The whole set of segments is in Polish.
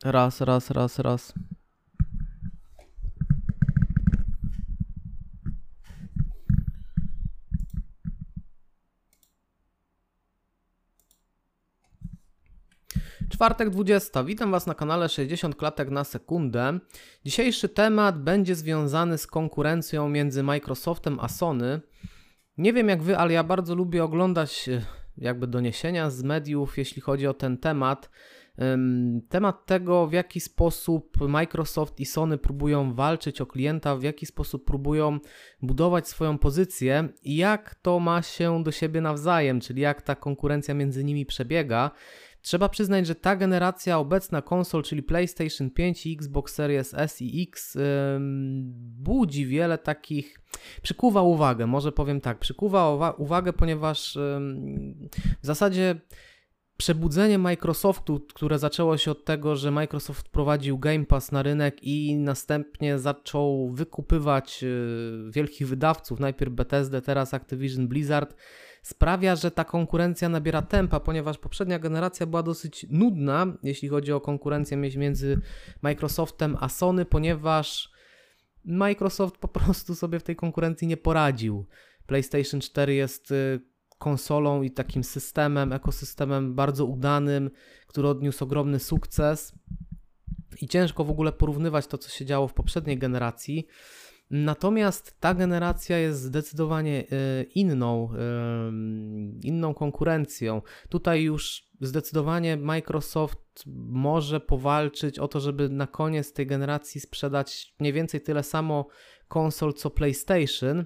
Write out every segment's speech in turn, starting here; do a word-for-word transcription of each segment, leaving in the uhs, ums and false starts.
Raz, raz, raz, raz. Czwartek dwudziesty. Witam Was na kanale sześćdziesiąt klatek na sekundę. Dzisiejszy temat będzie związany z konkurencją między Microsoftem a Sony. Nie wiem jak Wy, ale ja bardzo lubię oglądać jakby doniesienia z mediów, jeśli chodzi o ten temat. Temat tego, w jaki sposób Microsoft i Sony próbują walczyć o klienta, w jaki sposób próbują budować swoją pozycję i jak to ma się do siebie nawzajem, czyli jak ta konkurencja między nimi przebiega. Trzeba przyznać, że ta generacja obecna konsol, czyli PlayStation pięć i Xbox Series S i X yy, budzi wiele takich, przykuwa uwagę, może powiem tak, przykuwa uwagę, ponieważ yy, w zasadzie przebudzenie Microsoftu, które zaczęło się od tego, że Microsoft wprowadził Game Pass na rynek i następnie zaczął wykupywać yy, wielkich wydawców, najpierw Bethesdę, teraz Activision Blizzard, sprawia, że ta konkurencja nabiera tempa, ponieważ poprzednia generacja była dosyć nudna, jeśli chodzi o konkurencję między Microsoftem a Sony, ponieważ Microsoft po prostu sobie w tej konkurencji nie poradził. PlayStation cztery jest konsolą i takim systemem, ekosystemem bardzo udanym, który odniósł ogromny sukces i ciężko w ogóle porównywać to, co się działo w poprzedniej generacji. Natomiast ta generacja jest zdecydowanie inną, inną konkurencją. Tutaj już zdecydowanie Microsoft może powalczyć o to, żeby na koniec tej generacji sprzedać mniej więcej tyle samo konsol co PlayStation.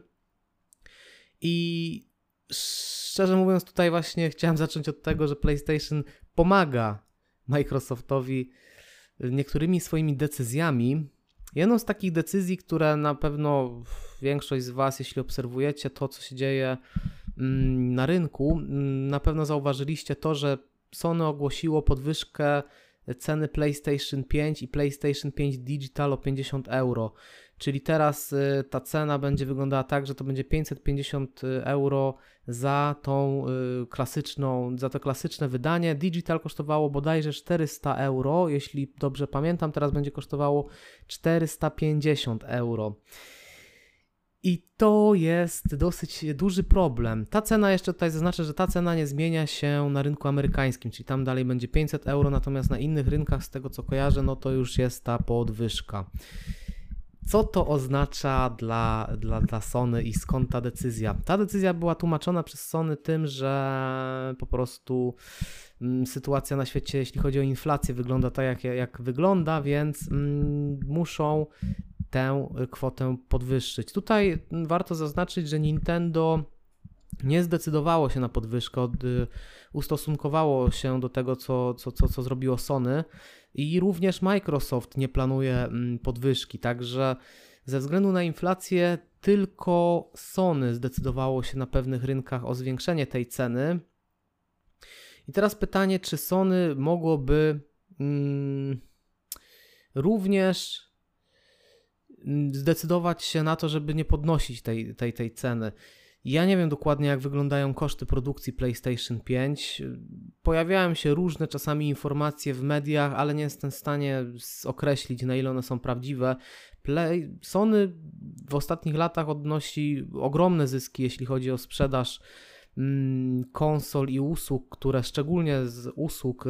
I szczerze mówiąc tutaj właśnie chciałem zacząć od tego, że PlayStation pomaga Microsoftowi niektórymi swoimi decyzjami. Jedną z takich decyzji, które na pewno większość z Was, jeśli obserwujecie to, co się dzieje na rynku, na pewno zauważyliście to, że Sony ogłosiło podwyżkę ceny PlayStation pięć i PlayStation pięć Digital o pięćdziesiąt euro. Czyli teraz ta cena będzie wyglądała tak, że to będzie pięćset pięćdziesiąt euro za tą klasyczną, za to klasyczne wydanie. Digital kosztowało bodajże czterysta euro, jeśli dobrze pamiętam, teraz będzie kosztowało czterysta pięćdziesiąt euro. I to jest dosyć duży problem. Ta cena, jeszcze tutaj zaznaczę, że ta cena nie zmienia się na rynku amerykańskim, czyli tam dalej będzie pięćset euro, natomiast na innych rynkach, z tego co kojarzę, no to już jest ta podwyżka. Co to oznacza dla, dla, dla Sony i skąd ta decyzja? Ta decyzja była tłumaczona przez Sony tym, że po prostu mm, sytuacja na świecie, jeśli chodzi o inflację, wygląda tak, jak, jak wygląda, więc mm, muszą tę kwotę podwyższyć. Tutaj warto zaznaczyć, że Nintendo nie zdecydowało się na podwyżkę, od, ustosunkowało się do tego, co, co, co, co zrobiło Sony i również Microsoft nie planuje podwyżki, także ze względu na inflację tylko Sony zdecydowało się na pewnych rynkach o zwiększenie tej ceny. I teraz pytanie, czy Sony mogłoby mm, również zdecydować się na to, żeby nie podnosić tej, tej, tej ceny. Ja nie wiem dokładnie, jak wyglądają koszty produkcji PlayStation pięć. Pojawiają się różne czasami informacje w mediach, ale nie jestem w stanie określić, na ile one są prawdziwe. Play... Sony w ostatnich latach odnosi ogromne zyski, jeśli chodzi o sprzedaż mm, konsol i usług, które szczególnie z usług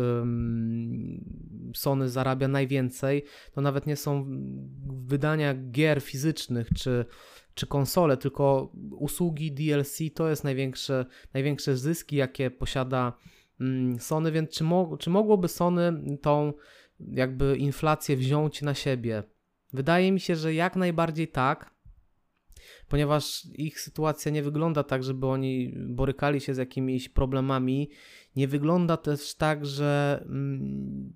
mm, Sony zarabia najwięcej. To nawet nie są wydania gier fizycznych czy czy konsole, tylko usługi D L C to jest największe, największe zyski, jakie posiada Sony, więc czy, mo- czy mogłoby Sony tą jakby inflację wziąć na siebie? Wydaje mi się, że jak najbardziej tak, ponieważ ich sytuacja nie wygląda tak, żeby oni borykali się z jakimiś problemami, nie wygląda też tak, że mm,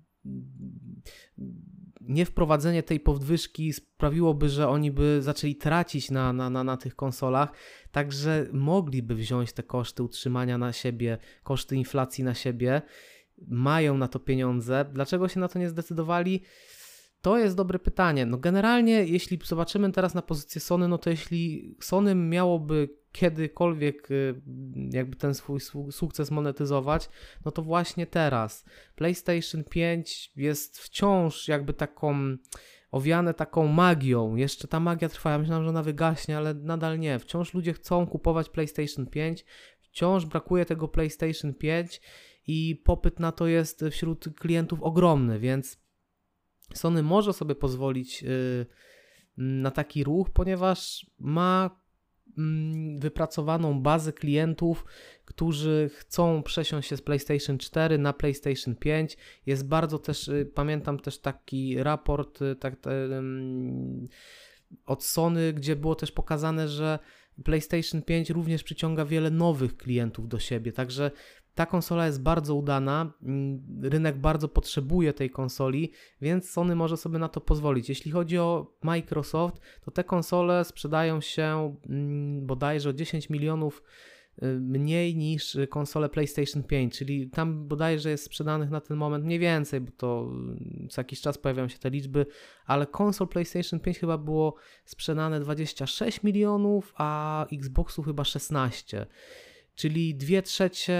niewprowadzenie tej podwyżki sprawiłoby, że oni by zaczęli tracić na, na, na, na tych konsolach, także mogliby wziąć te koszty utrzymania na siebie, koszty inflacji na siebie, mają na to pieniądze. Dlaczego się na to nie zdecydowali? To jest dobre pytanie. No generalnie, jeśli zobaczymy teraz na pozycję Sony, no to jeśli Sony miałoby kiedykolwiek jakby ten swój sukces monetyzować, no to właśnie teraz. PlayStation pięć jest wciąż jakby taką owiane taką magią. Jeszcze ta magia trwa, ja myślałem, że ona wygaśnie, ale nadal nie. Wciąż ludzie chcą kupować PlayStation pięć, wciąż brakuje tego PlayStation pięć i popyt na to jest wśród klientów ogromny, więc Sony może sobie pozwolić yy, na taki ruch, ponieważ ma yy, wypracowaną bazę klientów, którzy chcą przesiąść się z PlayStation cztery na PlayStation pięć. Jest bardzo też, yy, pamiętam też taki raport yy, tak, yy, od Sony, gdzie było też pokazane, że PlayStation pięć również przyciąga wiele nowych klientów do siebie, także ta konsola jest bardzo udana, rynek bardzo potrzebuje tej konsoli, więc Sony może sobie na to pozwolić. Jeśli chodzi o Microsoft, to te konsole sprzedają się bodajże o dziesięć milionów mniej niż konsole PlayStation pięć, czyli tam bodajże jest sprzedanych na ten moment mniej więcej, bo to co jakiś czas pojawiają się te liczby, ale konsol PlayStation pięć chyba było sprzedane dwadzieścia sześć milionów, a Xboxów chyba szesnaście. Czyli dwie trzecie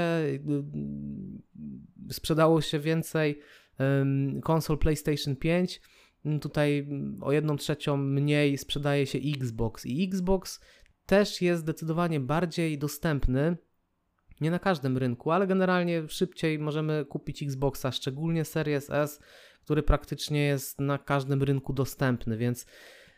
sprzedało się więcej konsol PlayStation pięć, tutaj o jedną trzecią mniej sprzedaje się Xbox i Xbox też jest zdecydowanie bardziej dostępny, nie na każdym rynku, ale generalnie szybciej możemy kupić Xboxa, szczególnie Series S, który praktycznie jest na każdym rynku dostępny, więc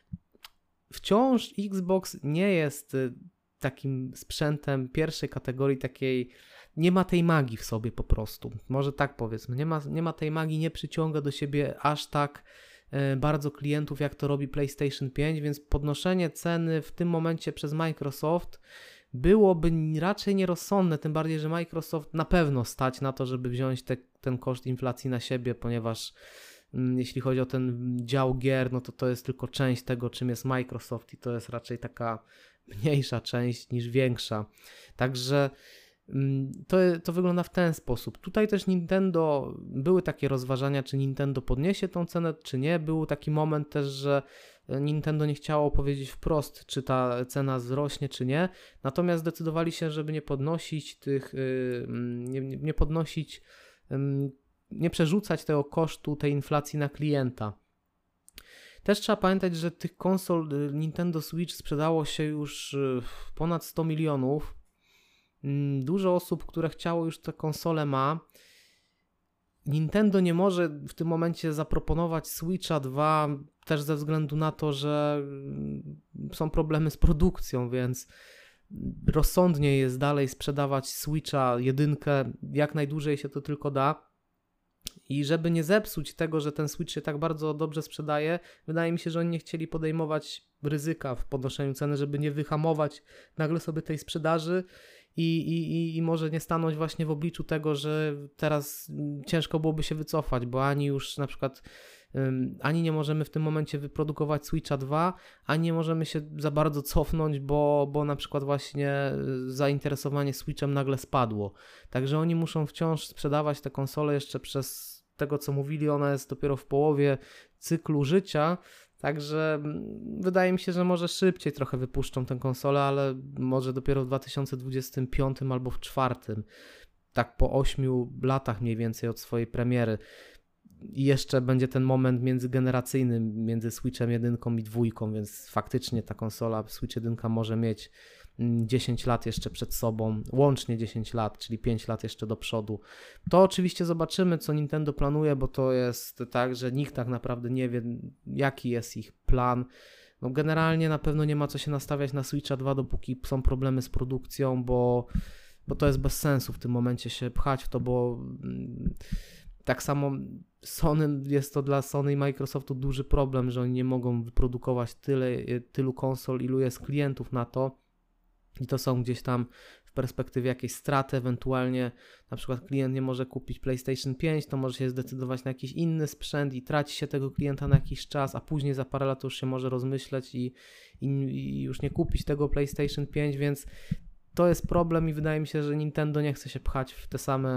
wciąż Xbox nie jest takim sprzętem pierwszej kategorii, takiej, nie ma tej magii w sobie po prostu, może tak powiedzmy, nie ma, nie ma tej magii, nie przyciąga do siebie aż tak e, bardzo klientów, jak to robi PlayStation pięć, więc podnoszenie ceny w tym momencie przez Microsoft byłoby raczej nierozsądne, tym bardziej, że Microsoft na pewno stać na to, żeby wziąć te, ten koszt inflacji na siebie, ponieważ mm, jeśli chodzi o ten dział gier, no to to jest tylko część tego, czym jest Microsoft i to jest raczej taka mniejsza część niż większa. Także to, to wygląda w ten sposób. Tutaj też Nintendo, były takie rozważania, czy Nintendo podniesie tą cenę, czy nie. Był taki moment też, że Nintendo nie chciało powiedzieć wprost, czy ta cena wzrośnie, czy nie. Natomiast zdecydowali się, żeby nie podnosić tych, nie, nie podnosić, nie przerzucać tego kosztu, tej inflacji na klienta. Też trzeba pamiętać, że tych konsol Nintendo Switch sprzedało się już ponad sto milionów. Dużo osób, które chciało już te konsole ma. Nintendo nie może w tym momencie zaproponować Switcha dwa też ze względu na to, że są problemy z produkcją, więc rozsądniej jest dalej sprzedawać Switcha jedynkę jak najdłużej się to tylko da. I żeby nie zepsuć tego, że ten Switch się tak bardzo dobrze sprzedaje, wydaje mi się, że oni nie chcieli podejmować ryzyka w podnoszeniu ceny, żeby nie wyhamować nagle sobie tej sprzedaży i, i, i może nie stanąć właśnie w obliczu tego, że teraz ciężko byłoby się wycofać, bo ani już na przykład um, ani nie możemy w tym momencie wyprodukować Switcha dwa, ani nie możemy się za bardzo cofnąć, bo, bo na przykład właśnie zainteresowanie Switchem nagle spadło. Także oni muszą wciąż sprzedawać te konsole jeszcze przez tego, co mówili, ona jest dopiero w połowie cyklu życia, także wydaje mi się, że może szybciej trochę wypuszczą tę konsolę, ale może dopiero w dwa tysiące dwudziestym piątym albo w czwartym, tak po ośmiu latach mniej więcej od swojej premiery. I jeszcze będzie ten moment międzygeneracyjny między Switchem jedynką i dwójką, więc faktycznie ta konsola Switch jedynka może mieć dziesięć lat jeszcze przed sobą, łącznie dziesięć lat, czyli pięć lat jeszcze do przodu. To oczywiście zobaczymy, co Nintendo planuje, bo to jest tak, że nikt tak naprawdę nie wie, jaki jest ich plan. No generalnie na pewno nie ma co się nastawiać na Switcha dwa, dopóki są problemy z produkcją, bo, bo to jest bez sensu w tym momencie się pchać w to, bo tak samo Sony, jest to dla Sony i Microsoftu duży problem, że oni nie mogą wyprodukować tyle, tylu konsol, ilu jest klientów na to. I to są gdzieś tam w perspektywie jakieś straty, ewentualnie na przykład klient nie może kupić PlayStation pięć, to może się zdecydować na jakiś inny sprzęt i traci się tego klienta na jakiś czas, a później za parę lat już się może rozmyśleć i, i, i już nie kupić tego PlayStation pięć, więc to jest problem i wydaje mi się, że Nintendo nie chce się pchać w te same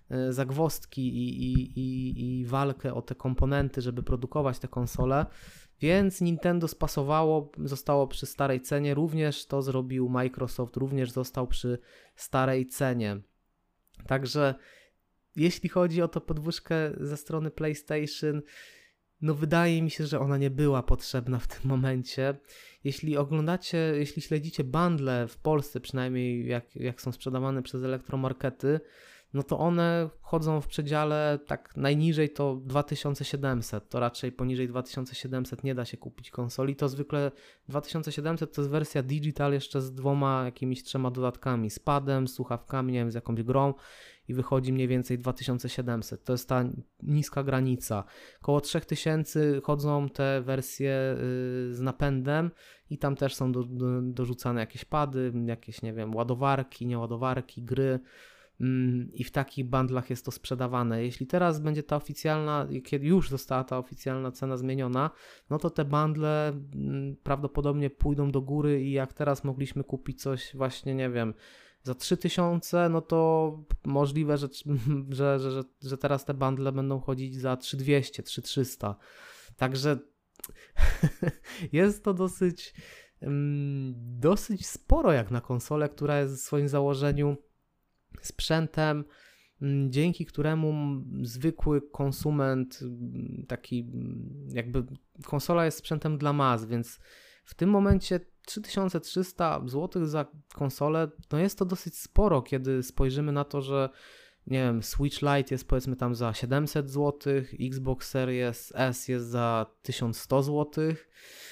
zagwozdki i, i, i, i walkę o te komponenty, żeby produkować te konsole, więc Nintendo spasowało, zostało przy starej cenie, również to zrobił Microsoft, również został przy starej cenie. Także jeśli chodzi o tę podwyżkę ze strony PlayStation, no wydaje mi się, że ona nie była potrzebna w tym momencie. Jeśli oglądacie, jeśli śledzicie bundle w Polsce, przynajmniej jak, jak są sprzedawane przez elektromarkety, no to one chodzą w przedziale tak najniżej to dwa tysiące siedemset, to raczej poniżej dwa tysiące siedemset nie da się kupić konsoli, to zwykle dwa tysiące siedemset to jest wersja digital jeszcze z dwoma jakimiś trzema dodatkami, z padem, z słuchawkami, nie wiem, z jakąś grą i wychodzi mniej więcej dwa tysiące siedemset, to jest ta niska granica. Koło trzy tysiące chodzą te wersje yy, z napędem i tam też są do, do, dorzucane jakieś pady, jakieś, nie wiem, ładowarki, nieładowarki, gry, i w takich bundlach jest to sprzedawane. Jeśli teraz będzie ta oficjalna, kiedy już została ta oficjalna cena zmieniona, no to te bundle prawdopodobnie pójdą do góry i jak teraz mogliśmy kupić coś właśnie, nie wiem, za trzy tysiące, no to możliwe, że, że, że, że, że teraz te bundle będą chodzić za trzy tysiące dwieście, trzy tysiące trzysta. Także jest to dosyć dosyć sporo jak na konsolę, która jest w swoim założeniu sprzętem, dzięki któremu zwykły konsument, taki jakby konsola jest sprzętem dla mas, więc w tym momencie trzy tysiące trzysta złotych za konsolę, no jest to dosyć sporo, kiedy spojrzymy na to, że nie wiem, Switch Lite jest powiedzmy tam za siedemset złotych, Xbox Series S jest za tysiąc sto złotych.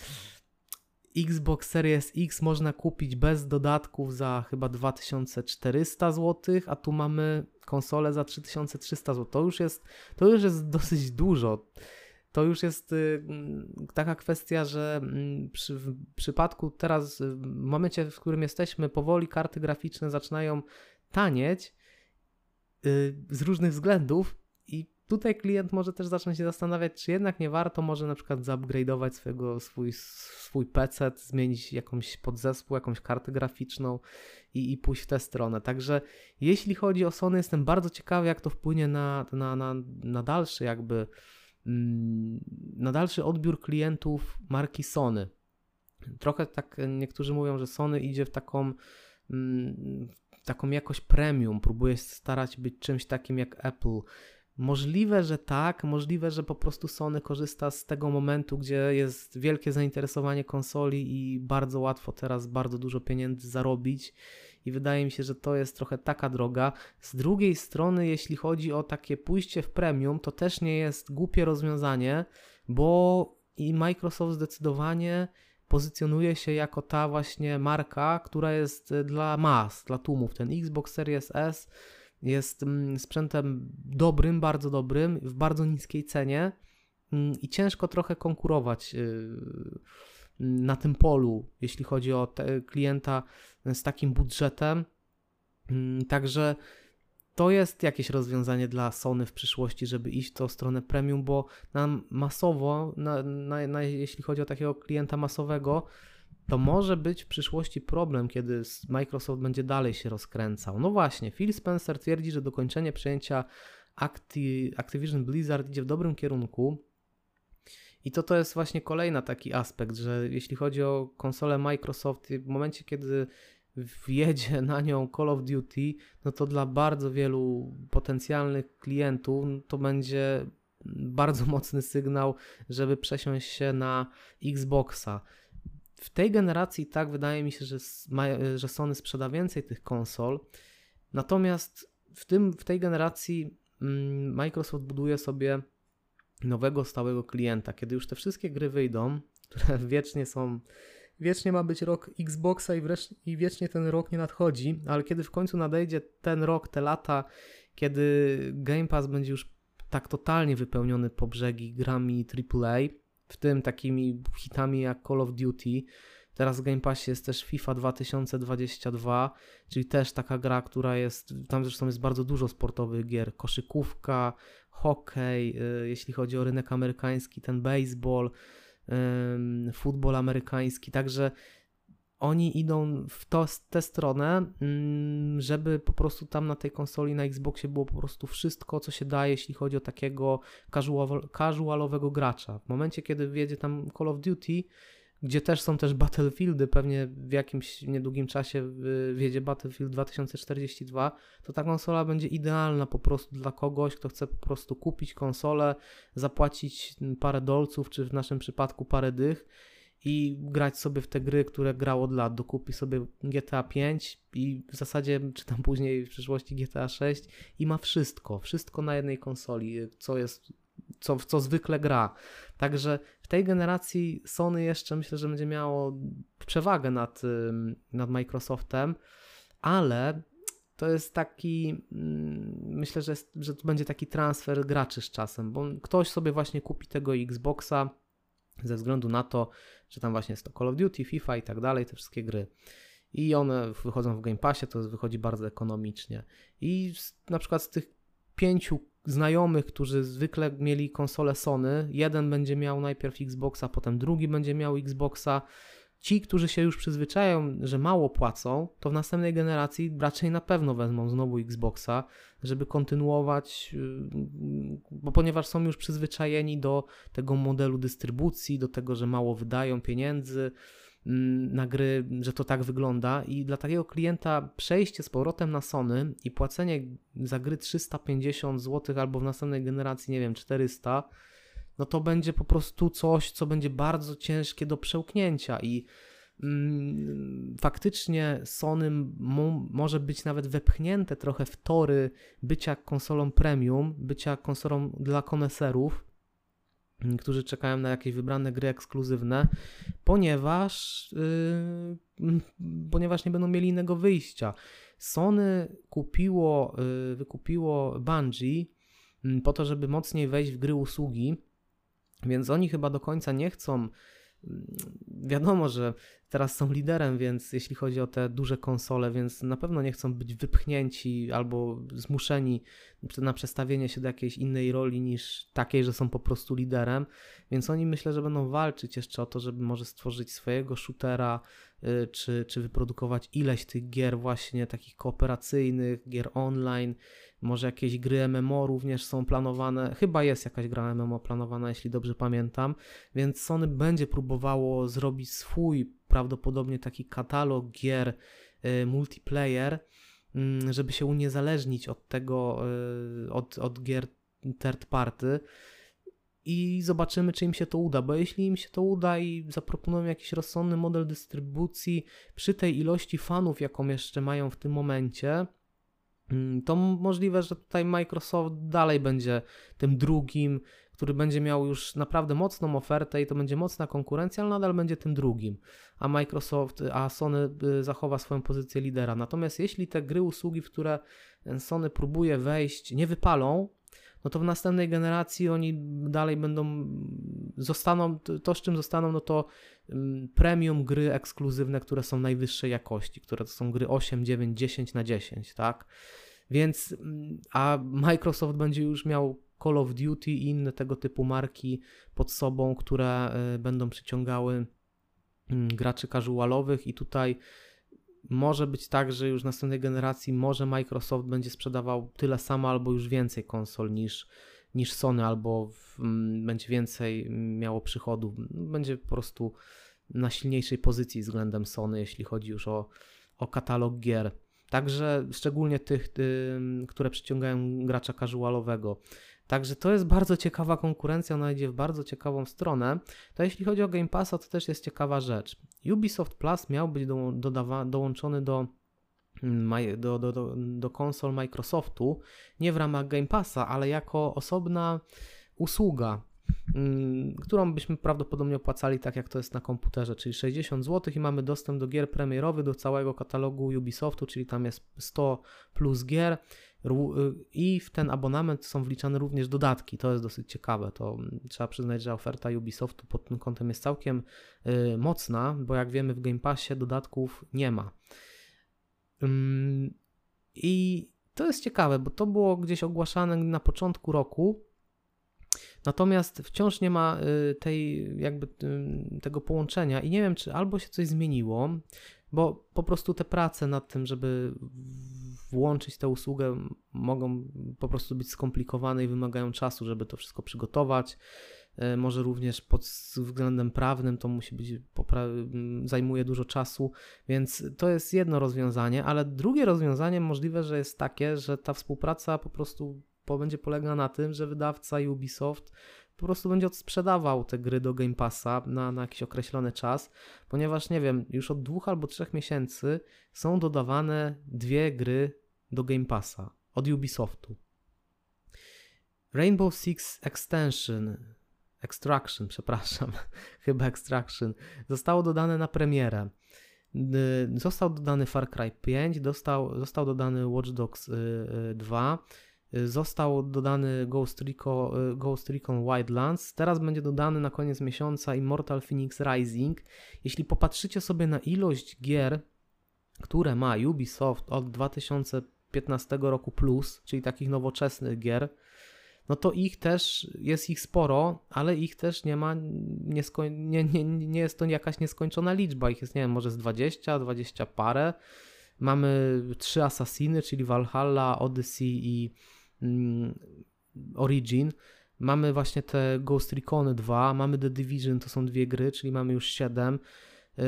Xbox Series X można kupić bez dodatków za chyba dwa tysiące czterysta złotych, a tu mamy konsolę za trzy tysiące trzysta złotych. To już jest, to już jest dosyć dużo. To już jest y, taka kwestia, że y, przy, w przypadku teraz, y, w momencie, w którym jesteśmy, powoli karty graficzne zaczynają tanieć y, z różnych względów i tutaj klient może też zacząć się zastanawiać, czy jednak nie warto może na przykład zaupgrade'ować swojego, swój, swój P C, zmienić jakąś podzespół, jakąś kartę graficzną i, i pójść w tę stronę. Także jeśli chodzi o Sony, jestem bardzo ciekawy, jak to wpłynie na, na, na, na dalszy jakby na dalszy odbiór klientów marki Sony. Trochę tak niektórzy mówią, że Sony idzie w taką taką jakość premium, próbuje starać być czymś takim jak Apple. Możliwe, że tak, możliwe, że po prostu Sony korzysta z tego momentu, gdzie jest wielkie zainteresowanie konsoli i bardzo łatwo teraz bardzo dużo pieniędzy zarobić i wydaje mi się, że to jest trochę taka droga. Z drugiej strony, jeśli chodzi o takie pójście w premium, to też nie jest głupie rozwiązanie, bo i Microsoft zdecydowanie pozycjonuje się jako ta właśnie marka, która jest dla mas, dla tłumów. Ten Xbox Series S jest sprzętem dobrym, bardzo dobrym, w bardzo niskiej cenie i ciężko trochę konkurować na tym polu, jeśli chodzi o klienta z takim budżetem. Także to jest jakieś rozwiązanie dla Sony w przyszłości, żeby iść w tą stronę premium, bo na masowo, na, na, na, jeśli chodzi o takiego klienta masowego, to może być w przyszłości problem, kiedy Microsoft będzie dalej się rozkręcał. No właśnie, Phil Spencer twierdzi, że dokończenie przejęcia Acti- Activision Blizzard idzie w dobrym kierunku. I to to jest właśnie kolejny taki aspekt, że jeśli chodzi o konsolę Microsoft, w momencie, kiedy wjedzie na nią Call of Duty, no to dla bardzo wielu potencjalnych klientów to będzie bardzo mocny sygnał, żeby przesiąść się na Xboxa. W tej generacji tak wydaje mi się, że, że Sony sprzeda więcej tych konsol, natomiast w, tym, w tej generacji Microsoft buduje sobie nowego stałego klienta. Kiedy już te wszystkie gry wyjdą, które wiecznie są, wiecznie ma być rok Xboxa i, wreszcie, i wiecznie ten rok nie nadchodzi, ale kiedy w końcu nadejdzie ten rok, te lata, kiedy Game Pass będzie już tak totalnie wypełniony po brzegi grami triple A, w tym takimi hitami jak Call of Duty. Teraz w Game Passie jest też FIFA dwa tysiące dwadzieścia dwa, czyli też taka gra, która jest, tam zresztą jest bardzo dużo sportowych gier, koszykówka, hokej, yy, jeśli chodzi o rynek amerykański, ten baseball, yy, futbol amerykański, także oni idą w to, tę stronę, żeby po prostu tam na tej konsoli, na Xboxie było po prostu wszystko, co się daje, jeśli chodzi o takiego casual, casualowego gracza. W momencie, kiedy wjedzie tam Call of Duty, gdzie też są też Battlefieldy, pewnie w jakimś niedługim czasie wjedzie Battlefield dwa tysiące czterdzieści dwa, to ta konsola będzie idealna po prostu dla kogoś, kto chce po prostu kupić konsolę, zapłacić parę dolców, czy w naszym przypadku parę dych i grać sobie w te gry, które grał od lat. Dokupi sobie G T A pięć i w zasadzie, czy tam później w przyszłości G T A sześć i ma wszystko, wszystko na jednej konsoli, co jest, co, w co zwykle gra. Także w tej generacji Sony jeszcze myślę, że będzie miało przewagę nad, nad Microsoftem, ale to jest taki, myślę, że, jest, że to będzie taki transfer graczy z czasem, bo ktoś sobie właśnie kupi tego Xboxa ze względu na to, że tam właśnie jest to Call of Duty, FIFA i tak dalej, te wszystkie gry. I one wychodzą w Game Passie, to wychodzi bardzo ekonomicznie. I z, na przykład z tych pięciu znajomych, którzy zwykle mieli konsolę Sony, jeden będzie miał najpierw Xboxa, potem drugi będzie miał Xboxa. Ci, którzy się już przyzwyczają, że mało płacą, to w następnej generacji raczej na pewno wezmą znowu Xboxa, żeby kontynuować, bo ponieważ są już przyzwyczajeni do tego modelu dystrybucji, do tego, że mało wydają pieniędzy na gry, że to tak wygląda i dla takiego klienta przejście z powrotem na Sony i płacenie za gry trzysta pięćdziesiąt złotych albo w następnej generacji, nie wiem, czterysta, no to będzie po prostu coś, co będzie bardzo ciężkie do przełknięcia i mm, faktycznie Sony mo- może być nawet wepchnięte trochę w tory bycia konsolą premium, bycia konsolą dla koneserów, którzy czekają na jakieś wybrane gry ekskluzywne, ponieważ, yy, ponieważ nie będą mieli innego wyjścia. Sony kupiło, yy, wykupiło Bungie yy, po to, żeby mocniej wejść w gry usługi, więc oni chyba do końca nie chcą. Wiadomo, że teraz są liderem, więc jeśli chodzi o te duże konsole, więc na pewno nie chcą być wypchnięci albo zmuszeni na przestawienie się do jakiejś innej roli niż takiej, że są po prostu liderem, więc oni myślę, że będą walczyć jeszcze o to, żeby może stworzyć swojego shootera, yy, czy, czy wyprodukować ileś tych gier właśnie takich kooperacyjnych, gier online, może jakieś gry M M O również są planowane, chyba jest jakaś gra M M O planowana, jeśli dobrze pamiętam, więc Sony będzie próbowało zrobić swój prawdopodobnie taki katalog gier y, multiplayer, y, żeby się uniezależnić od tego, y, od, od gier third party i zobaczymy, czy im się to uda, bo jeśli im się to uda i zaproponują jakiś rozsądny model dystrybucji przy tej ilości fanów, jaką jeszcze mają w tym momencie, to możliwe, że tutaj Microsoft dalej będzie tym drugim, który będzie miał już naprawdę mocną ofertę i to będzie mocna konkurencja, ale nadal będzie tym drugim, a Microsoft, a Sony zachowa swoją pozycję lidera. Natomiast jeśli te gry, usługi, w które Sony próbuje wejść, nie wypalą, no to w następnej generacji oni dalej będą, zostaną, to z czym zostaną, no to premium gry ekskluzywne, które są najwyższej jakości, które to są gry osiem, dziewięć, dziesięć na dziesięć, tak? Więc, a Microsoft będzie już miał Call of Duty i inne tego typu marki pod sobą, które będą przyciągały graczy casualowych i tutaj może być tak, że już w następnej generacji może Microsoft będzie sprzedawał tyle samo albo już więcej konsol niż, niż Sony, albo w, m, będzie więcej miało przychodów. Będzie po prostu na silniejszej pozycji względem Sony, jeśli chodzi już o, o katalog gier. Także szczególnie tych, ty, które przyciągają gracza casualowego. Także to jest bardzo ciekawa konkurencja, ona idzie w bardzo ciekawą stronę. To jeśli chodzi o Game Passa, to też jest ciekawa rzecz. Ubisoft Plus miał być do, dodawa, dołączony do, do, do, do, do konsol Microsoftu, nie w ramach Game Passa, ale jako osobna usługa, którą byśmy prawdopodobnie opłacali tak jak to jest na komputerze, czyli sześćdziesiąt złotych i mamy dostęp do gier premierowych, do całego katalogu Ubisoftu, czyli tam jest sto plus gier i w ten abonament są wliczane również dodatki. To jest dosyć ciekawe, to trzeba przyznać, że oferta Ubisoftu pod tym kątem jest całkiem y, mocna, bo jak wiemy w Game Passie dodatków nie ma. Ym, I to jest ciekawe, bo to było gdzieś ogłaszane na początku roku. Natomiast wciąż nie ma y, tej jakby y, tego połączenia i nie wiem, czy albo się coś zmieniło, bo po prostu te prace nad tym, żeby włączyć tę usługę, mogą po prostu być skomplikowane i wymagają czasu, żeby to wszystko przygotować. Może również pod względem prawnym to musi być, zajmuje dużo czasu, więc to jest jedno rozwiązanie, ale drugie rozwiązanie możliwe, że jest takie, że ta współpraca po prostu będzie polegała na tym, że wydawca Ubisoft po prostu będzie odsprzedawał te gry do Game Passa na, na jakiś określony czas, ponieważ nie wiem, już od dwóch albo trzech miesięcy są dodawane dwie gry do Game Passa od Ubisoftu. Rainbow Six Extension Extraction, przepraszam, chyba Extraction, zostało dodane na premierę. Został dodany Far Cry pięć, dostał, został dodany Watch Dogs dwa, został dodany Ghost Recon, Ghost Recon Wildlands, teraz będzie dodany na koniec miesiąca Immortal Phoenix Rising. Jeśli popatrzycie sobie na ilość gier, które ma Ubisoft od dwa tysiące piętnastego roku plus, czyli takich nowoczesnych gier, no to ich też, jest ich sporo, ale ich też nie ma, nie, nie, nie, nie jest to jakaś nieskończona liczba, ich jest, nie wiem, może z dwadzieścia, dwadzieścia parę. Mamy trzy Assassiny, czyli Valhalla, Odyssey i mm, Origin. Mamy właśnie te Ghost Recon dwa, mamy The Division, to są dwie gry, czyli mamy już siedem. Yy,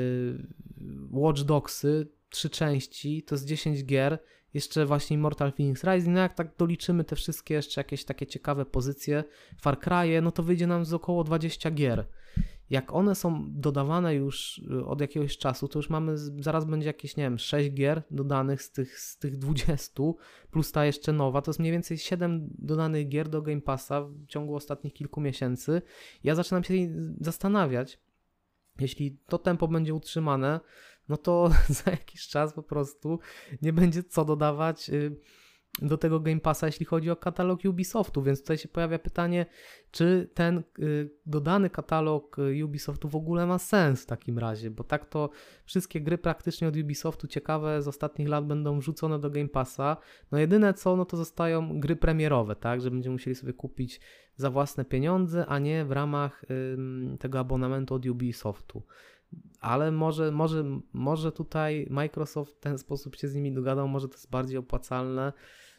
Watch Dogsy, trzy części, to jest dziesięć gier. Jeszcze właśnie Immortal Phoenix Rising, no jak tak doliczymy te wszystkie jeszcze jakieś takie ciekawe pozycje, Far Cry'e, no to wyjdzie nam z około dwadzieścia gier. Jak one są dodawane już od jakiegoś czasu, to już mamy, zaraz będzie jakieś, nie wiem, sześć gier dodanych z tych, z tych dwudziestu, plus ta jeszcze nowa, to jest mniej więcej siedem dodanych gier do Game Passa w ciągu ostatnich kilku miesięcy. Ja zaczynam się zastanawiać, jeśli to tempo będzie utrzymane, no to za jakiś czas po prostu nie będzie co dodawać do tego Game Passa, jeśli chodzi o katalog Ubisoftu, więc tutaj się pojawia pytanie, czy ten dodany katalog Ubisoftu w ogóle ma sens w takim razie, bo tak to wszystkie gry praktycznie od Ubisoftu ciekawe z ostatnich lat będą wrzucone do Game Passa, no jedyne co, no to zostają gry premierowe, tak, że będziemy musieli sobie kupić za własne pieniądze, a nie w ramach ym, tego abonamentu od Ubisoftu. Ale może, może, może tutaj Microsoft w ten sposób się z nimi dogadał, może to jest bardziej opłacalne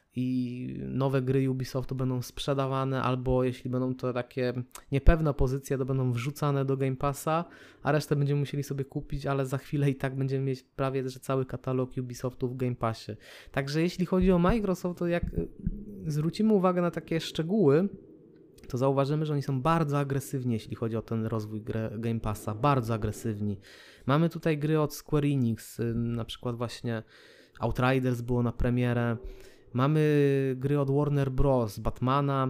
i nowe gry Ubisoftu będą sprzedawane, albo jeśli będą to takie niepewne pozycje, to będą wrzucane do Game Passa, a resztę będziemy musieli sobie kupić, ale za chwilę i tak będziemy mieć prawie że cały katalog Ubisoftu w Game Passie. Także jeśli chodzi o Microsoft, to jak zwrócimy uwagę na takie szczegóły, to zauważymy, że oni są bardzo agresywni, jeśli chodzi o ten rozwój Game Passa, bardzo agresywni. Mamy tutaj gry od Square Enix, na przykład właśnie Outriders było na premierę, mamy gry od Warner Bros, Batmana,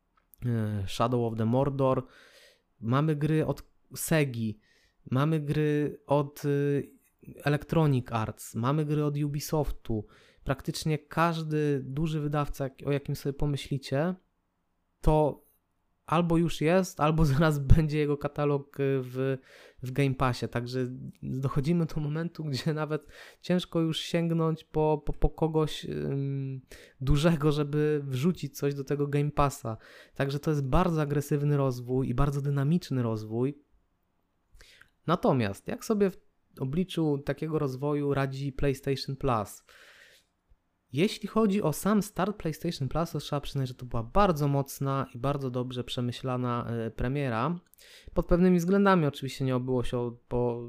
Shadow of the Mordor, mamy gry od Segi, mamy gry od Electronic Arts, mamy gry od Ubisoftu. Praktycznie każdy duży wydawca, o jakim sobie pomyślicie, to albo już jest, albo zaraz będzie jego katalog w, w Game Passie, także dochodzimy do momentu, gdzie nawet ciężko już sięgnąć po, po, po kogoś ym, dużego, żeby wrzucić coś do tego Game Passa. Także to jest bardzo agresywny rozwój i bardzo dynamiczny rozwój. Natomiast jak sobie w obliczu takiego rozwoju radzi PlayStation Plus? Jeśli chodzi o sam start PlayStation Plus, to trzeba przyznać, że to była bardzo mocna i bardzo dobrze przemyślana premiera. Pod pewnymi względami oczywiście nie obyło się, bo,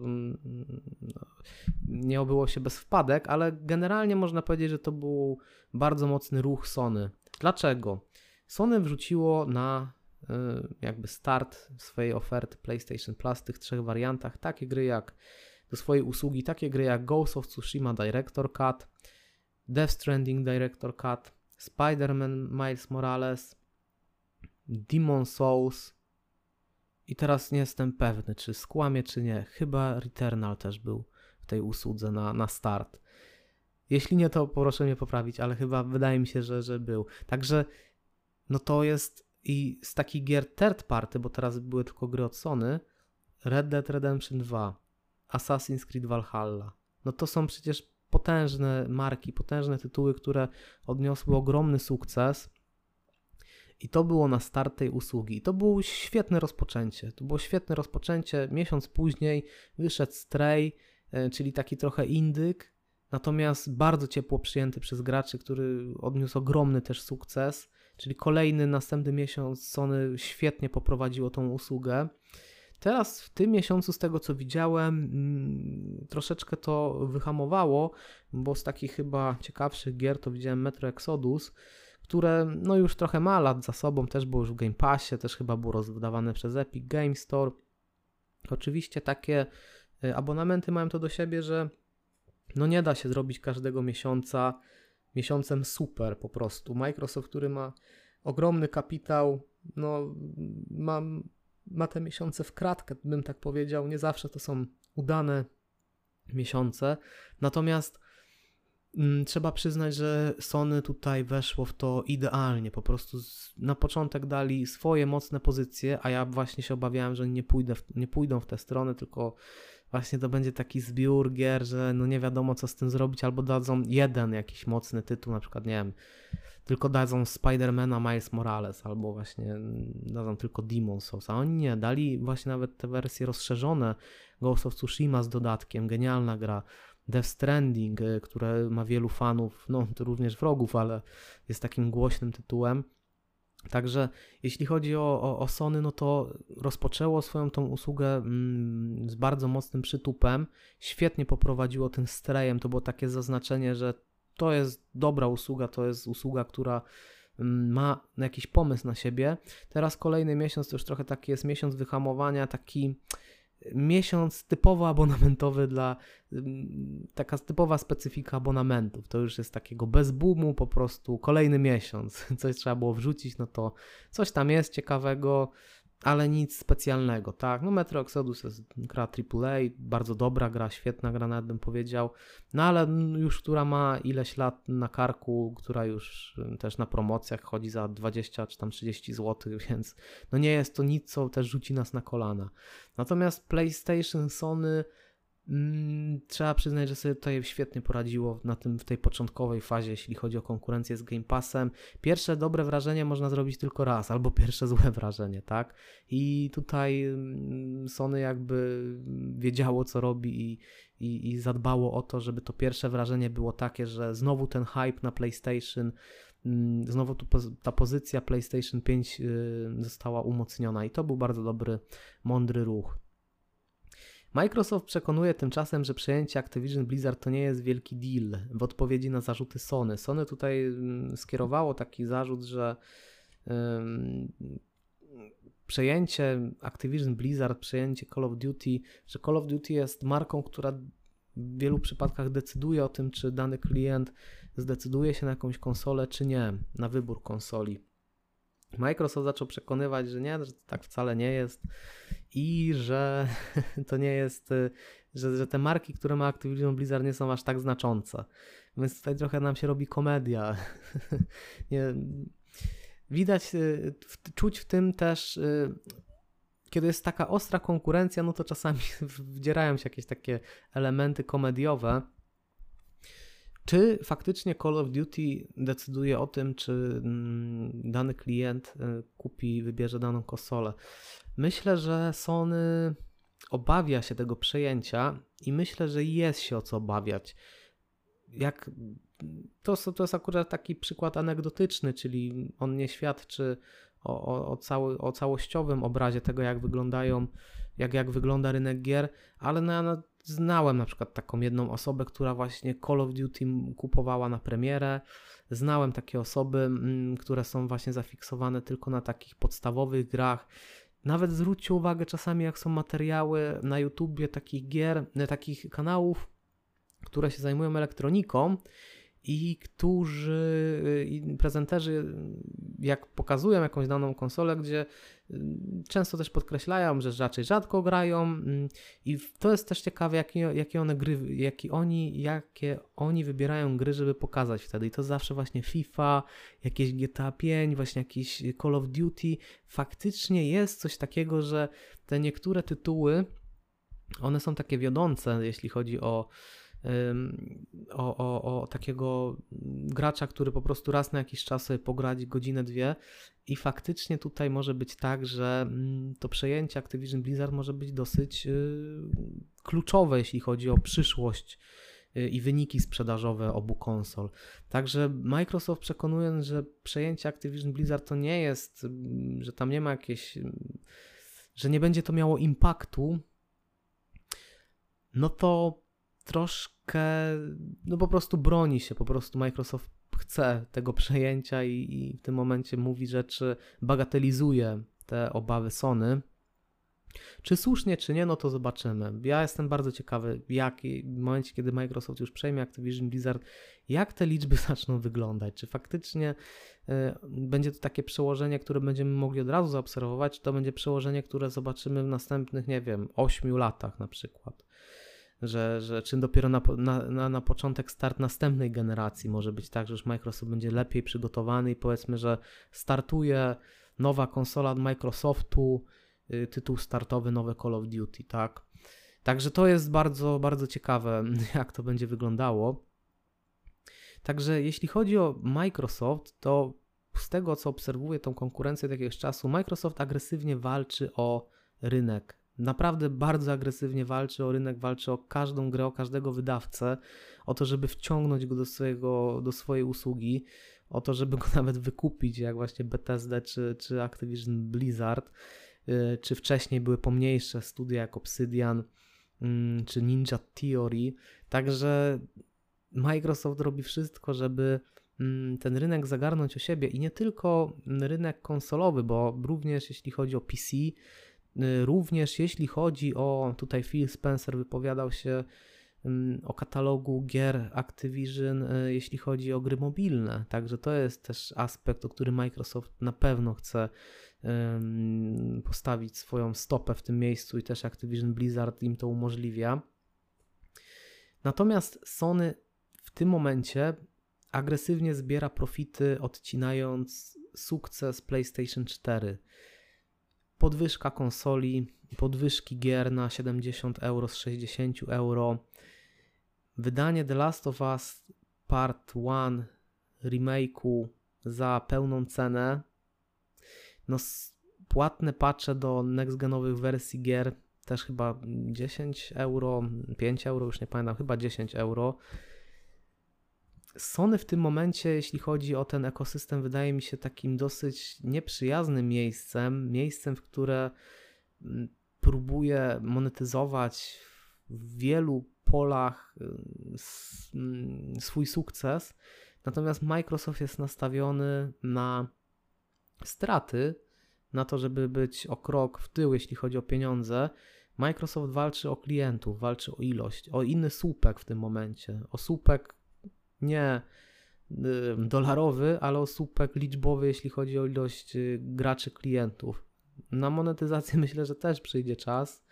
nie obyło się bez wpadek, ale generalnie można powiedzieć, że to był bardzo mocny ruch Sony. Dlaczego? Sony wrzuciło na jakby start swojej oferty PlayStation Plus w tych trzech wariantach takie gry jak do swojej usługi, takie gry jak Ghost of Tsushima Director Cut, Death Stranding Director Cut, Spider-Man Miles Morales, Demon's Souls i teraz nie jestem pewny, czy skłamię, czy nie. Chyba Returnal też był w tej usłudze na, na start. Jeśli nie, to proszę mnie poprawić, ale chyba wydaje mi się, że, że był. Także no to jest i z takich gier third party, bo teraz były tylko gry od Sony, Red Dead Redemption dwa, Assassin's Creed Valhalla. No to są przecież potężne marki, potężne tytuły, które odniosły ogromny sukces I to było na start tej usługi. I to było świetne rozpoczęcie. To było świetne rozpoczęcie. Miesiąc później wyszedł Stray, czyli taki trochę indyk, natomiast bardzo ciepło przyjęty przez graczy, który odniósł ogromny też sukces. Czyli kolejny, następny miesiąc Sony świetnie poprowadziło tą usługę. Teraz w tym miesiącu, z tego co widziałem, troszeczkę to wyhamowało, bo z takich chyba ciekawszych gier to widziałem Metro Exodus, które no już trochę ma lat za sobą, też było już w Game Passie, też chyba było rozdawane przez Epic Game Store. Oczywiście takie abonamenty mają to do siebie, że no nie da się zrobić każdego miesiąca miesiącem super po prostu. Microsoft, który ma ogromny kapitał, no ma, ma te miesiące w kratkę, bym tak powiedział. Nie zawsze to są udane miesiące. Natomiast mm, trzeba przyznać, że Sony tutaj weszło w to idealnie. Po prostu z, na początek dali swoje mocne pozycje, a ja właśnie się obawiałem, że oni nie, pójdę w, nie pójdą w tę stronę, tylko właśnie to będzie taki zbiór gier, że no nie wiadomo co z tym zrobić, albo dadzą jeden jakiś mocny tytuł, na przykład nie wiem, tylko dadzą Spidermana Miles Morales, albo właśnie dadzą tylko Demon's Souls, a oni nie, dali właśnie nawet te wersje rozszerzone, Ghost of Tsushima z dodatkiem, genialna gra, Death Stranding, które ma wielu fanów, no to również wrogów, ale jest takim głośnym tytułem. Także jeśli chodzi o, o, o Sony, no to rozpoczęło swoją tą usługę mm, z bardzo mocnym przytupem, świetnie poprowadziło tym Strayem, to było takie zaznaczenie, że to jest dobra usługa, to jest usługa, która mm, ma jakiś pomysł na siebie. Teraz kolejny miesiąc to już trochę taki jest miesiąc wyhamowania, taki miesiąc typowo abonamentowy dla, taka typowa specyfika abonamentów, to już jest takiego bez boomu, po prostu kolejny miesiąc, coś trzeba było wrzucić, no to coś tam jest ciekawego, ale nic specjalnego, tak, no Metro Exodus jest gra triple A, bardzo dobra gra, świetna gra nawet bym powiedział, no ale już która ma ileś lat na karku, która już też na promocjach chodzi za dwadzieścia czy tam trzydzieści złotych, więc no nie jest to nic, co też rzuci nas na kolana. Natomiast PlayStation, Sony mm, trzeba przyznać, że sobie tutaj świetnie poradziło na tym, w tej początkowej fazie, jeśli chodzi o konkurencję z Game Passem. Pierwsze dobre wrażenie można zrobić tylko raz, albo pierwsze złe wrażenie, tak? I tutaj mm, Sony jakby wiedziało, co robi i, i, i zadbało o to, żeby to pierwsze wrażenie było takie, że znowu ten hype na PlayStation, mm, znowu tu poz- ta pozycja PlayStation pięć y, została umocniona i to był bardzo dobry, mądry ruch. Microsoft przekonuje tymczasem, że przejęcie Activision Blizzard to nie jest wielki deal w odpowiedzi na zarzuty Sony. Sony tutaj skierowało taki zarzut, że um, przejęcie Activision Blizzard, przejęcie Call of Duty, że Call of Duty jest marką, która w wielu przypadkach decyduje o tym, czy dany klient zdecyduje się na jakąś konsolę, czy nie, na wybór konsoli. Microsoft zaczął przekonywać, że nie, że tak wcale nie jest i że to nie jest, że, że te marki, które ma Activision Blizzard, nie są aż tak znaczące. Więc tutaj trochę nam się robi komedia. nie, widać, czuć w tym też, kiedy jest taka ostra konkurencja, no to czasami wdzierają się jakieś takie elementy komediowe. Czy faktycznie Call of Duty decyduje o tym, czy dany klient kupi, wybierze daną konsolę? Myślę, że Sony obawia się tego przejęcia i myślę, że jest się o co obawiać. Jak to, to jest akurat taki przykład anegdotyczny, czyli on nie świadczy o, o, o, cały, o całościowym obrazie tego, jak wyglądają, jak, jak wygląda rynek gier, ale na, na znałem na przykład taką jedną osobę, która właśnie Call of Duty kupowała na premierę. Znałem takie osoby, m, które są właśnie zafiksowane tylko na takich podstawowych grach. Nawet zwróćcie uwagę czasami, jak są materiały na YouTubie takich gier, takich kanałów, które się zajmują elektroniką i którzy, i prezenterzy jak pokazują jakąś daną konsolę, gdzie często też podkreślają, że raczej rzadko grają i to jest też ciekawe, jakie, jakie one gry, jakie oni, jakie oni wybierają gry, żeby pokazać wtedy i to zawsze właśnie FIFA, jakieś G T A pięć, właśnie jakieś Call of Duty. Faktycznie jest coś takiego, że te niektóre tytuły, one są takie wiodące, jeśli chodzi o o, o, o takiego gracza, który po prostu raz na jakiś czas sobie pograć godzinę, dwie i faktycznie tutaj może być tak, że to przejęcie Activision Blizzard może być dosyć kluczowe, jeśli chodzi o przyszłość i wyniki sprzedażowe obu konsol. Także Microsoft, przekonując, że przejęcie Activision Blizzard to nie jest, że tam nie ma jakieś, że nie będzie to miało impaktu, no to troszkę, no po prostu broni się, po prostu Microsoft chce tego przejęcia i, i w tym momencie mówi rzeczy, bagatelizuje te obawy Sony. Czy słusznie, czy nie, no to zobaczymy. Ja jestem bardzo ciekawy, jak w momencie, kiedy Microsoft już przejmie Activision Blizzard, jak te liczby zaczną wyglądać. Czy faktycznie y, będzie to takie przełożenie, które będziemy mogli od razu zaobserwować, czy to będzie przełożenie, które zobaczymy w następnych, nie wiem, ośmiu latach na przykład. Że, że czy dopiero na, na, na, na początek start następnej generacji może być tak, że już Microsoft będzie lepiej przygotowany i powiedzmy, że startuje nowa konsola od Microsoftu, y, tytuł startowy, nowe Call of Duty, tak? Także to jest bardzo, bardzo ciekawe, jak to będzie wyglądało. Także jeśli chodzi o Microsoft, to z tego, co obserwuję tą konkurencję od jakiegoś czasu, Microsoft agresywnie walczy o rynek. Naprawdę bardzo agresywnie walczy o rynek, walczy o każdą grę, o każdego wydawcę, o to, żeby wciągnąć go do, swojego, do swojej usługi, o to, żeby go nawet wykupić, jak właśnie Bethesda czy, czy Activision Blizzard, yy, czy wcześniej były pomniejsze studia jak Obsidian yy, czy Ninja Theory. Także Microsoft robi wszystko, żeby yy, ten rynek zagarnąć o siebie i nie tylko rynek konsolowy, bo również jeśli chodzi o P C, również jeśli chodzi o, tutaj Phil Spencer wypowiadał się um, o katalogu gier Activision, y, jeśli chodzi o gry mobilne, także to jest też aspekt, o który Microsoft na pewno chce um, postawić swoją stopę w tym miejscu i też Activision Blizzard im to umożliwia. Natomiast Sony w tym momencie agresywnie zbiera profity, odcinając sukces PlayStation cztery. Podwyżka konsoli, podwyżki gier na siedemdziesiąt euro z sześćdziesiąt euro. Wydanie The Last of Us Part jeden remake'u za pełną cenę. No, płatne patche do next-genowych wersji gier też chyba dziesięć euro, pięć euro, już nie pamiętam, chyba dziesięć euro. Sony w tym momencie, jeśli chodzi o ten ekosystem, wydaje mi się takim dosyć nieprzyjaznym miejscem, miejscem, w które próbuje monetyzować w wielu polach swój sukces, natomiast Microsoft jest nastawiony na straty, na to, żeby być o krok w tył, jeśli chodzi o pieniądze. Microsoft walczy o klientów, walczy o ilość, o inny słupek w tym momencie, o słupek nie dolarowy, ale o słupek liczbowy, jeśli chodzi o ilość graczy, klientów. Na monetyzację myślę, że też przyjdzie czas.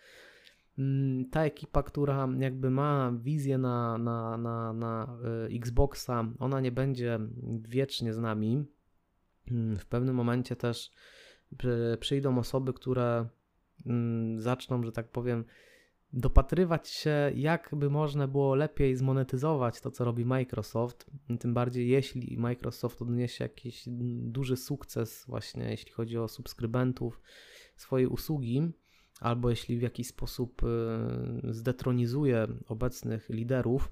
Ta ekipa, która jakby ma wizję na, na, na, na Xboxa, ona nie będzie wiecznie z nami. W pewnym momencie też przyjdą osoby, które zaczną, że tak powiem, dopatrywać się, jak by można było lepiej zmonetyzować to, co robi Microsoft, tym bardziej jeśli Microsoft odniesie jakiś duży sukces właśnie, jeśli chodzi o subskrybentów swojej usługi, albo jeśli w jakiś sposób zdetronizuje obecnych liderów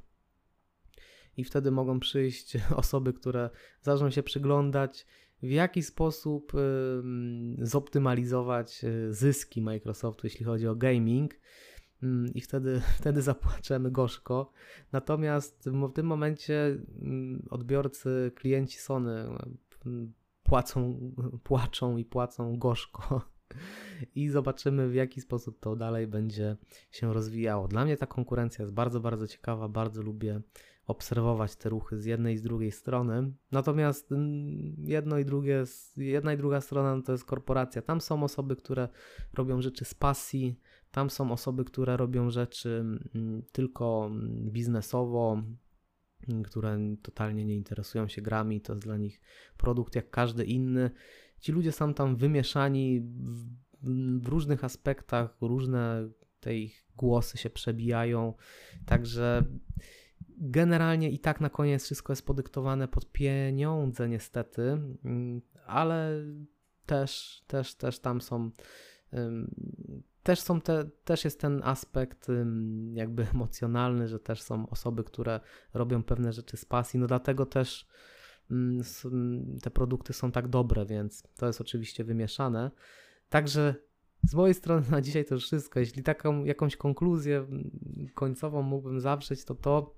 i wtedy mogą przyjść osoby, które zaczną się przyglądać, w jaki sposób zoptymalizować zyski Microsoftu, jeśli chodzi o gaming. I wtedy, wtedy zapłaczemy gorzko. Natomiast w tym momencie odbiorcy, klienci Sony płacą, płaczą i płacą gorzko. I zobaczymy, w jaki sposób to dalej będzie się rozwijało. Dla mnie ta konkurencja jest bardzo, bardzo ciekawa. Bardzo lubię obserwować te ruchy z jednej i z drugiej strony. Natomiast jedno i drugie, jedna i druga strona no to jest korporacja. Tam są osoby, które robią rzeczy z pasji. Tam są osoby, które robią rzeczy tylko biznesowo, które totalnie nie interesują się grami. To jest dla nich produkt jak każdy inny. Ci ludzie są tam wymieszani w, w różnych aspektach, różne te ich głosy się przebijają. Także generalnie i tak na koniec wszystko jest podyktowane pod pieniądze niestety, ale też, też, też tam są, też są te, też jest ten aspekt jakby emocjonalny, że też są osoby, które robią pewne rzeczy z pasji, no dlatego też te produkty są tak dobre, więc to jest oczywiście wymieszane. Także z mojej strony na dzisiaj to już wszystko. Jeśli taką jakąś konkluzję końcową mógłbym zawrzeć, to to,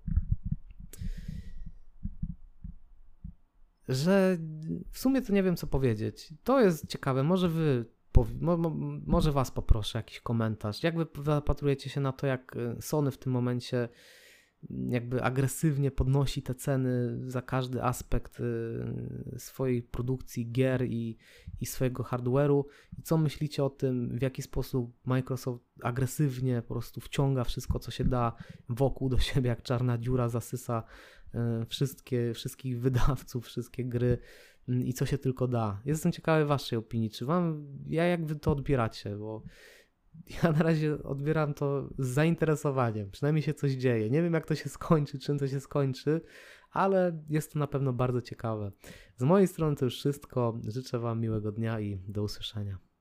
że w sumie to nie wiem co powiedzieć. To jest ciekawe, może wy, mo, mo, może was poproszę jakiś komentarz. Jak wy zapatrujecie się na to, jak Sony w tym momencie jakby agresywnie podnosi te ceny za każdy aspekt swojej produkcji gier i, i swojego hardware'u i co myślicie o tym, w jaki sposób Microsoft agresywnie po prostu wciąga wszystko, co się da wokół do siebie, jak czarna dziura zasysa wszystkie, wszystkich wydawców, wszystkie gry i co się tylko da. Jestem ciekawy waszej opinii, czy wam, ja jak wy to odbieracie, bo ja na razie odbieram to z zainteresowaniem, przynajmniej się coś dzieje. Nie wiem jak to się skończy, czym to się skończy, ale jest to na pewno bardzo ciekawe. Z mojej strony to już wszystko. Życzę wam miłego dnia i do usłyszenia.